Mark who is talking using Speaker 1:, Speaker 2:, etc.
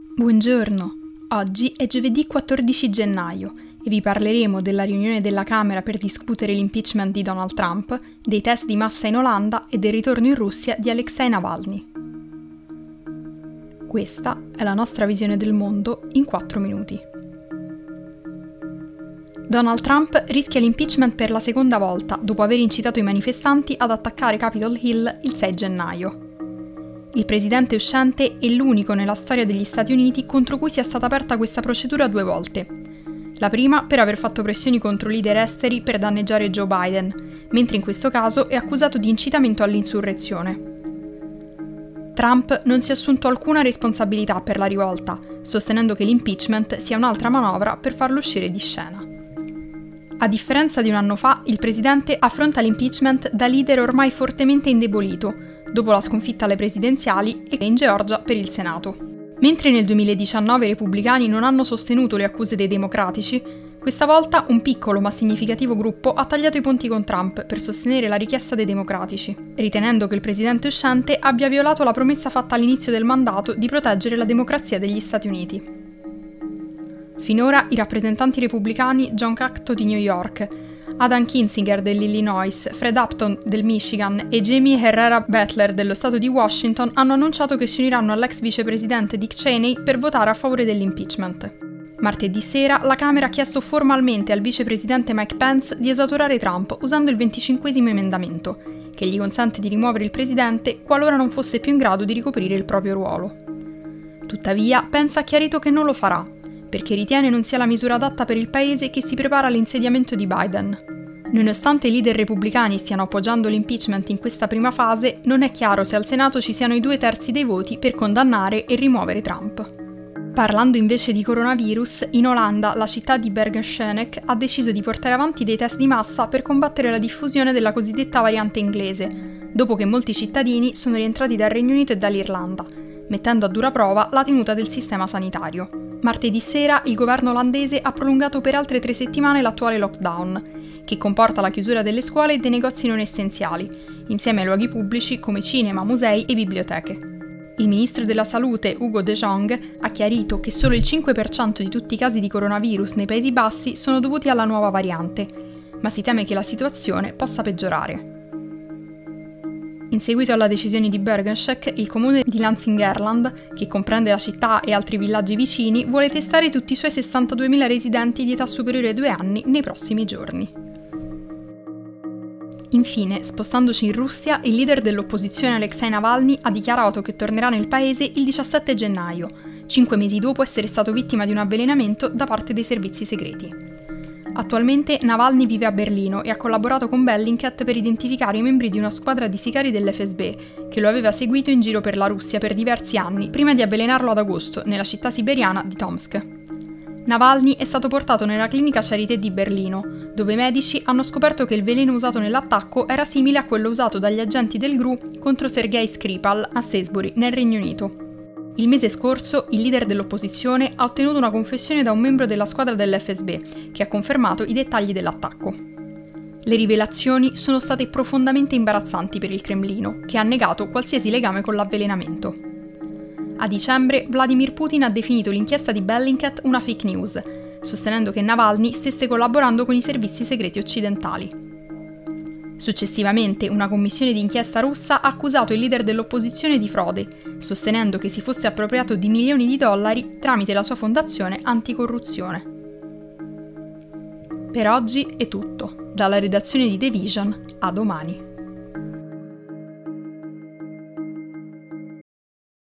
Speaker 1: Buongiorno, oggi è giovedì 14 gennaio e vi parleremo della riunione della Camera per discutere l'impeachment di Donald Trump, dei test di massa in Olanda e del ritorno in Russia di Alexei Navalny. Questa è la nostra visione del mondo in 4 minuti. Donald Trump rischia l'impeachment per la seconda volta dopo aver incitato i manifestanti ad attaccare Capitol Hill il 6 gennaio. Il presidente uscente è l'unico nella storia degli Stati Uniti contro cui sia stata aperta questa procedura 2 volte. La prima per aver fatto pressioni contro leader esteri per danneggiare Joe Biden, mentre in questo caso è accusato di incitamento all'insurrezione. Trump non si è assunto alcuna responsabilità per la rivolta, sostenendo che l'impeachment sia un'altra manovra per farlo uscire di scena. A differenza di un anno fa, il presidente affronta l'impeachment da leader ormai fortemente indebolito, dopo la sconfitta alle presidenziali e in Georgia per il Senato. Mentre nel 2019 i repubblicani non hanno sostenuto le accuse dei democratici, questa volta un piccolo ma significativo gruppo ha tagliato i ponti con Trump per sostenere la richiesta dei democratici, ritenendo che il presidente uscente abbia violato la promessa fatta all'inizio del mandato di proteggere la democrazia degli Stati Uniti. Finora i rappresentanti repubblicani John Cacto di New York, Adam Kinzinger dell'Illinois, Fred Upton del Michigan e Jamie Herrera Beutler dello stato di Washington hanno annunciato che si uniranno all'ex vicepresidente Dick Cheney per votare a favore dell'impeachment. Martedì sera la Camera ha chiesto formalmente al vicepresidente Mike Pence di esautorare Trump usando il 25esimo emendamento, che gli consente di rimuovere il presidente qualora non fosse più in grado di ricoprire il proprio ruolo. Tuttavia, Pence ha chiarito che non lo farà, perché ritiene non sia la misura adatta per il paese che si prepara all'insediamento di Biden. Nonostante i leader repubblicani stiano appoggiando l'impeachment in questa prima fase, non è chiaro se al Senato ci siano i 2/3 dei voti per condannare e rimuovere Trump. Parlando invece di coronavirus, in Olanda la città di Bergen-op-Zoom ha deciso di portare avanti dei test di massa per combattere la diffusione della cosiddetta variante inglese, dopo che molti cittadini sono rientrati dal Regno Unito e dall'Irlanda, mettendo a dura prova la tenuta del sistema sanitario. Martedì sera il governo olandese ha prolungato per altre 3 settimane l'attuale lockdown, che comporta la chiusura delle scuole e dei negozi non essenziali, insieme ai luoghi pubblici come cinema, musei e biblioteche. Il ministro della Salute, Hugo De Jong, ha chiarito che solo il 5% di tutti i casi di coronavirus nei Paesi Bassi sono dovuti alla nuova variante, ma si teme che la situazione possa peggiorare. In seguito alla decisione di Bergen-op-Zoom, il comune di Lansingerland, che comprende la città e altri villaggi vicini, vuole testare tutti i suoi 62.000 residenti di età superiore ai 2 anni nei prossimi giorni. Infine, spostandoci in Russia, il leader dell'opposizione Alexei Navalny ha dichiarato che tornerà nel paese il 17 gennaio, 5 mesi dopo essere stato vittima di un avvelenamento da parte dei servizi segreti. Attualmente Navalny vive a Berlino e ha collaborato con Bellingcat per identificare i membri di una squadra di sicari dell'FSB che lo aveva seguito in giro per la Russia per diversi anni, prima di avvelenarlo ad agosto nella città siberiana di Tomsk. Navalny è stato portato nella clinica Charité di Berlino, dove i medici hanno scoperto che il veleno usato nell'attacco era simile a quello usato dagli agenti del GRU contro Sergei Skripal a Salisbury, nel Regno Unito. Il mese scorso, il leader dell'opposizione ha ottenuto una confessione da un membro della squadra dell'FSB, che ha confermato i dettagli dell'attacco. Le rivelazioni sono state profondamente imbarazzanti per il Cremlino, che ha negato qualsiasi legame con l'avvelenamento. A dicembre, Vladimir Putin ha definito l'inchiesta di Bellingcat una fake news, sostenendo che Navalny stesse collaborando con i servizi segreti occidentali. Successivamente, una commissione di inchiesta russa ha accusato il leader dell'opposizione di frode, sostenendo che si fosse appropriato di milioni di dollari tramite la sua fondazione anticorruzione. Per oggi è tutto. Dalla redazione di The Vision, a domani.